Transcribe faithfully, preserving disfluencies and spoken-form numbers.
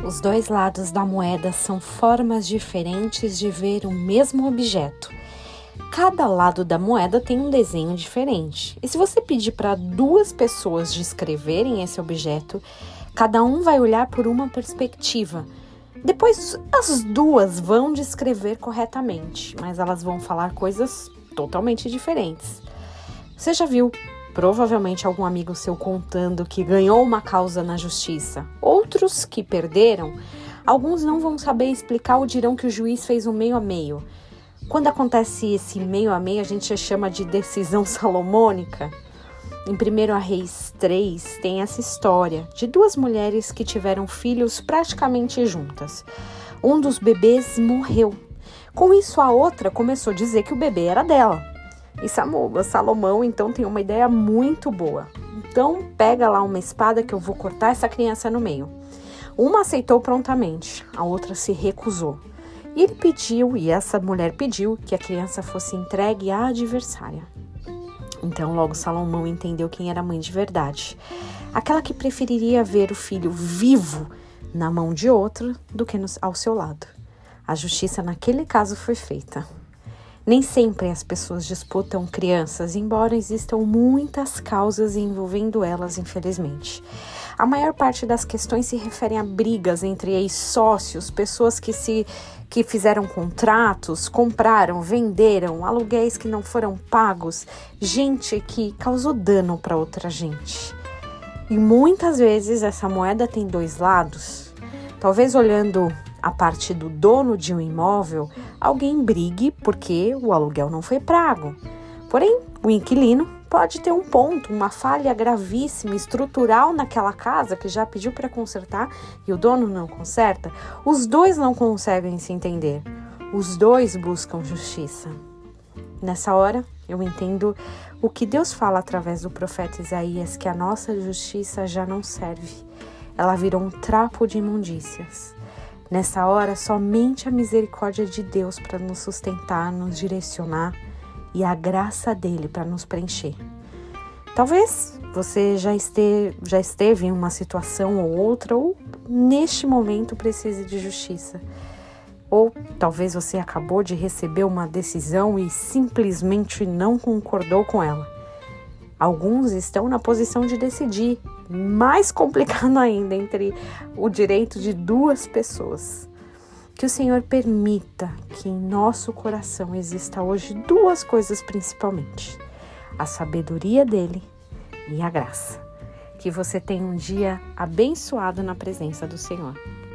Os dois lados da moeda são formas diferentes de ver o mesmo objeto. Cada lado da moeda tem um desenho diferente. E se você pedir para duas pessoas descreverem esse objeto, cada um vai olhar por uma perspectiva. Depois, as duas vão descrever corretamente, mas elas vão falar coisas totalmente diferentes. Você já viu, provavelmente, algum amigo seu contando que ganhou uma causa na justiça? Outros que perderam, alguns não vão saber explicar ou dirão que o juiz fez um meio a meio. Quando acontece esse meio a meio, a gente chama de decisão salomônica. Em primeiro Reis três, tem essa história de duas mulheres que tiveram filhos praticamente juntas. Um dos bebês morreu. Com isso, a outra começou a dizer que o bebê era dela. E Salomão, então, tem uma ideia muito boa. Então, pega lá uma espada que eu vou cortar essa criança no meio. Uma aceitou prontamente, a outra se recusou. E ele pediu, e essa mulher pediu, que a criança fosse entregue à adversária. Então, logo Salomão entendeu quem era a mãe de verdade. Aquela que preferiria ver o filho vivo na mão de outro do que no, ao seu lado. A justiça naquele caso foi feita. Nem sempre as pessoas disputam crianças, embora existam muitas causas envolvendo elas, infelizmente. A maior parte das questões se referem a brigas entre ex-sócios, pessoas que, se, que fizeram contratos, compraram, venderam, aluguéis que não foram pagos, gente que causou dano para outra gente. E muitas vezes essa moeda tem dois lados. Talvez olhando a parte do dono de um imóvel, alguém brigue porque o aluguel não foi pago. Porém, o inquilino pode ter um ponto, uma falha gravíssima, estrutural naquela casa que já pediu para consertar e o dono não conserta. Os dois não conseguem se entender. Os dois buscam justiça. Nessa hora, eu entendo o que Deus fala através do profeta Isaías, que a nossa justiça já não serve. Ela virou um trapo de imundícias. Nessa hora, somente a misericórdia de Deus para nos sustentar, nos direcionar e a graça dele para nos preencher. Talvez você já, este, já esteve em uma situação ou outra, ou neste momento precise de justiça. Ou talvez você acabou de receber uma decisão e simplesmente não concordou com ela. Alguns estão na posição de decidir, mais complicado ainda, entre o direito de duas pessoas. Que o Senhor permita que em nosso coração exista hoje duas coisas principalmente: a sabedoria dele e a graça. Que você tenha um dia abençoado na presença do Senhor.